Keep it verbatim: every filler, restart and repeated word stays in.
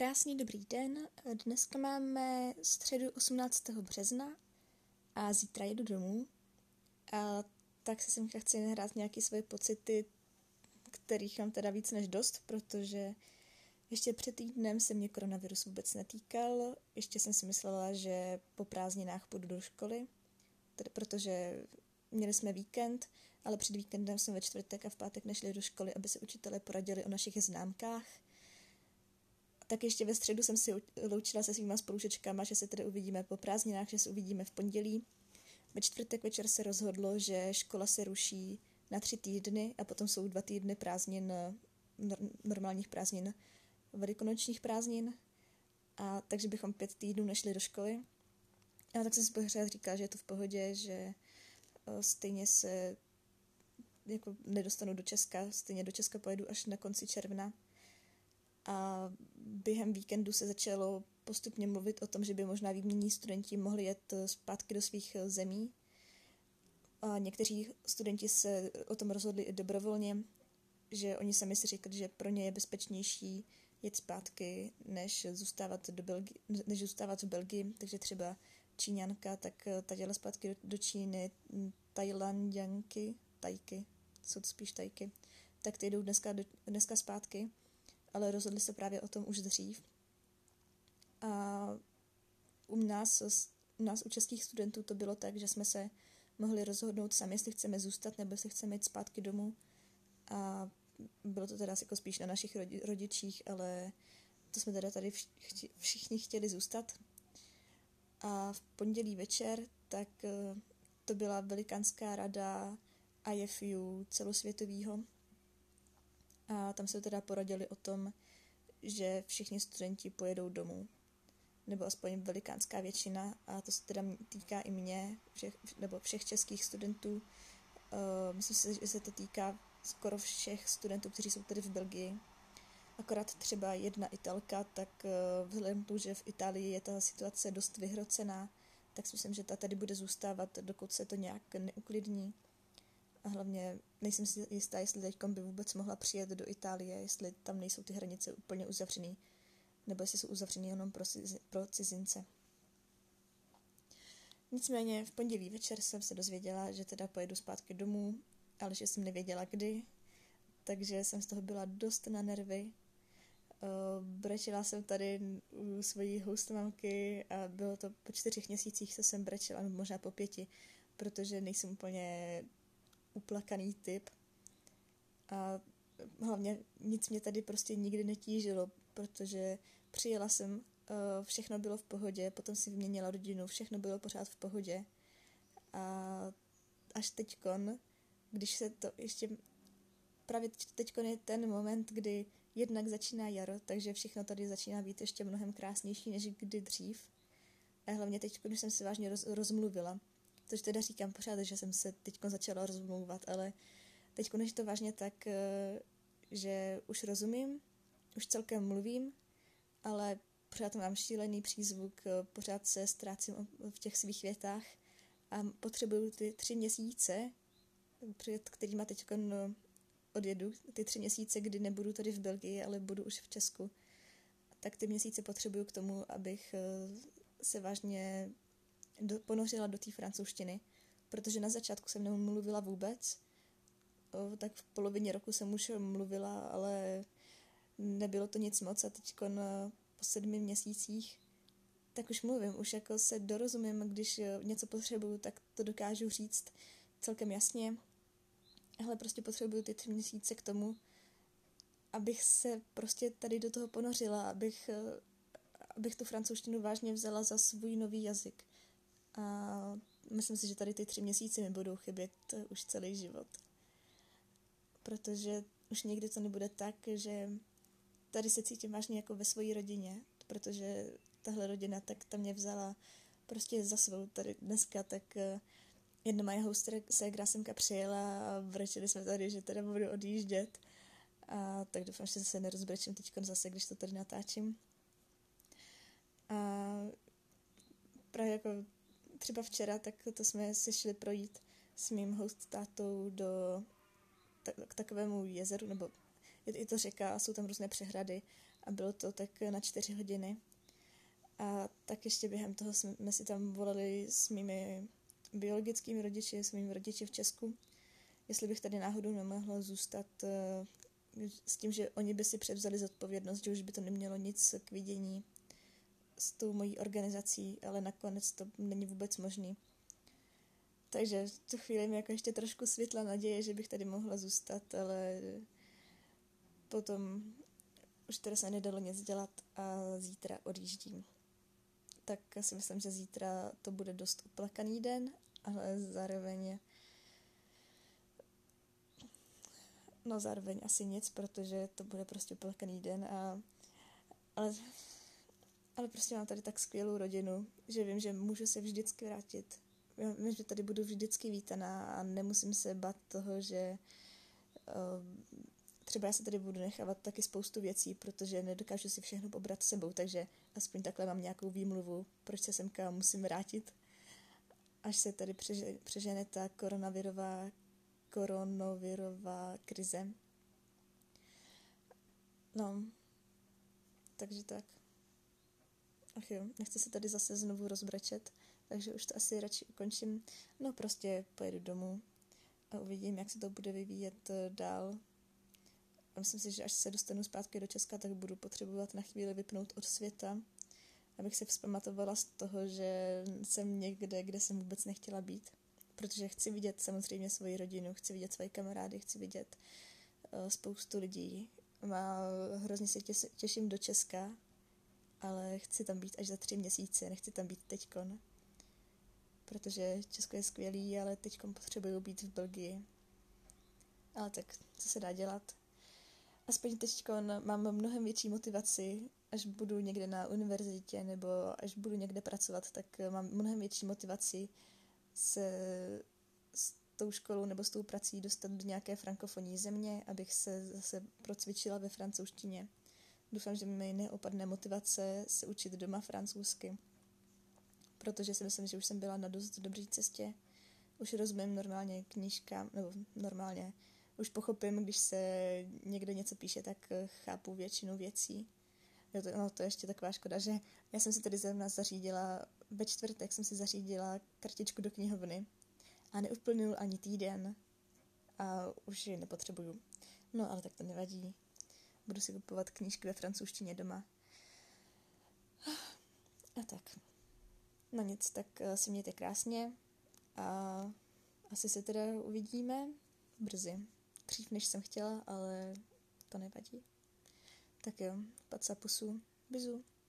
Krásný dobrý den. Dneska máme středu osmnáctého března a zítra jedu domů. A tak se semka chci nahrát nějaké svoje pocity, kterých mám teda víc než dost, protože ještě před týdnem se mě koronavirus vůbec netýkal. Ještě jsem si myslela, že po prázdninách půjdu do školy, tedy protože měli jsme víkend, ale před víkendem jsme ve čtvrtek a v pátek nešli do školy, aby se učitelé poradili o našich známkách. Tak ještě ve středu jsem si loučila se svýma spolužečkama, že se tedy uvidíme po prázdninách, že se uvidíme v pondělí. Ve čtvrtek večer se rozhodlo, že škola se ruší na tři týdny a potom jsou dva týdny prázdnin, normálních prázdnin, velikonočních prázdnin. A takže bychom pět týdnů nešli do školy. A tak jsem si pořád říkala, že je to v pohodě, že stejně se jako nedostanu do Česka, stejně do Česka pojedu až na konci června. A během víkendu se začalo postupně mluvit o tom, že by možná výměnní studenti mohli jet zpátky do svých zemí. A někteří studenti se o tom rozhodli i dobrovolně, že oni sami si řekli, že pro ně je bezpečnější jet zpátky, než zůstávat, do Belgii, než zůstávat v Belgii. Takže třeba Číňanka, tak ta jela zpátky do Číny, Tajlanďanky, Tajky, jsou to spíš Tajky, tak ty jdou dneska, do, dneska zpátky. Ale rozhodli se právě o tom už dřív. A u nás, u nás, u českých studentů to bylo tak, že jsme se mohli rozhodnout sami, jestli chceme zůstat, nebo jestli chceme jít zpátky domů. A bylo to teda jako spíš na našich rodičích, ale to jsme teda tady všichni chtěli zůstat. A v pondělí večer, tak to byla velikánská rada I F U celosvětovýho. A tam se teda poradili o tom, že všichni studenti pojedou domů. Nebo aspoň velikánská většina. A to se teda týká i mě, všech, nebo všech českých studentů. Uh, myslím si, že se to týká skoro všech studentů, kteří jsou tady v Belgii. Akorát třeba jedna Italka, tak uh, vzhledem k tomu, že v Itálii je ta situace dost vyhrocená, tak si myslím, že ta tady bude zůstávat, dokud se to nějak neuklidní. A hlavně nejsem si jistá, jestli teď by vůbec mohla přijet do Itálie, jestli tam nejsou ty hranice úplně uzavřený, nebo jestli jsou uzavřený jenom pro, pro cizince. Nicméně v pondělí večer jsem se dozvěděla, že teda pojedu zpátky domů, ale že jsem nevěděla kdy, takže jsem z toho byla dost na nervy. Brečela jsem tady u svojí hostmamky a bylo to po čtyřech měsících, co jsem brečela, nebo možná po pěti, protože nejsem úplně uplakaný typ a hlavně nic mě tady prostě nikdy netížilo, protože přijela jsem, všechno bylo v pohodě, potom si vyměnila rodinu, všechno bylo pořád v pohodě a až teďkon, když se to ještě, právě teďkon je ten moment, kdy jednak začíná jaro, takže všechno tady začíná být ještě mnohem krásnější, než kdy dřív a hlavně teď, když jsem si vážně roz, rozmluvila, což teda říkám pořád, že jsem se teď začala rozmlouvat, ale teď, když to vážně tak, že už rozumím, už celkem mluvím, ale pořád mám šílený přízvuk, pořád se ztrácím v těch svých větách a potřebuju ty tři měsíce, před kterýma teď odjedu, ty tři měsíce, kdy nebudu tady v Belgii, ale budu už v Česku, tak ty měsíce potřebuju k tomu, abych se vážně Do, ponořila do té francouzštiny, protože na začátku jsem nemluvila vůbec, o, tak v polovině roku jsem už mluvila, ale nebylo to nic moc a teď po sedmi měsících tak už mluvím, už jako se dorozumím, když něco potřebuju, tak to dokážu říct celkem jasně, ale prostě potřebuju ty tři měsíce k tomu, abych se prostě tady do toho ponořila, abych, abych tu francouzštinu vážně vzala za svůj nový jazyk. A myslím si, že tady ty tři měsíce mi budou chybět už celý život. Protože už někdy to nebude tak, že tady se cítím vážně jako ve své rodině, protože tahle rodina tak ta mě vzala prostě za svou tady dneska, tak jedna moje ségra semka přijela a brečeli jsme tady, že teda budu odjíždět. A tak doufám, že se nerozbrečím teď zase, když to tady natáčím. A právě jako třeba včera, tak to jsme se šli projít s mým host tátou do, k takovému jezeru, nebo je, je to řeka a jsou tam různé přehrady a bylo to tak na čtyři hodiny. A tak ještě během toho jsme si tam volali s mými biologickými rodiči, s mými rodiči v Česku, jestli bych tady náhodou nemohla zůstat s tím, že oni by si převzali zodpovědnost, že už by to nemělo nic k vidění s tou mojí organizací, ale nakonec to není vůbec možný. Takže v tu chvíli mi jako ještě trošku světla naděje, že bych tady mohla zůstat, ale potom už teda se nedalo nic dělat a zítra odjíždím. Tak si myslím, že zítra to bude dost uplakaný den, ale zároveň no zároveň asi nic, protože to bude prostě uplakaný den a ale, ale prostě mám tady tak skvělou rodinu, že vím, že můžu se vždycky vrátit. Vím, že tady budu vždycky vítaná a nemusím se bát toho, že uh, třeba já se tady budu nechávat taky spoustu věcí, protože nedokážu si všechno pobrat sebou, takže aspoň takhle mám nějakou výmluvu, proč se semka musím vrátit, až se tady přeže, přežene ta koronavirová, koronavirová krize. No, takže tak. Ach jo, nechci se tady zase znovu rozbrečet, takže už to asi radši ukončím. No prostě pojedu domů a uvidím, jak se to bude vyvíjet dál. A myslím si, že až se dostanu zpátky do Česka, tak budu potřebovat na chvíli vypnout od světa, abych se vzpamatovala z toho, že jsem někde, kde jsem vůbec nechtěla být. Protože chci vidět samozřejmě svoji rodinu, chci vidět svoje kamarády, chci vidět uh, spoustu lidí. Má, hrozně se těším do Česka, ale chci tam být až za tři měsíce, nechci tam být teďkon. Protože Česko je skvělý, ale teďkon potřebuju být v Belgii. Ale tak, co se dá dělat? Aspoň teďkon mám mnohem větší motivaci, až budu někde na univerzitě nebo až budu někde pracovat, tak mám mnohem větší motivaci se s tou školou nebo s tou prací dostat do nějaké frankofonní země, abych se zase procvičila ve francouzštině. Doufám, že mi neopadne motivace se učit doma francouzsky, protože si myslím, že už jsem byla na dost dobré cestě. Už rozumím normálně knížkám, nebo normálně, už pochopím, když se někdo něco píše, tak chápu většinu věcí. Jo, to, no, to je ještě taková škoda, že já jsem si tady zrovna zařídila, ve čtvrtek jsem si zařídila kartičku do knihovny a neuplynul ani týden a už ji nepotřebuju. No, ale tak to nevadí. Budu si kupovat knížky ve francouzštině doma. A tak. No nic, tak si mějte krásně a asi se teda uvidíme brzy. Dřív, než jsem chtěla, ale to nevadí. Tak jo, paca pusu, bizu.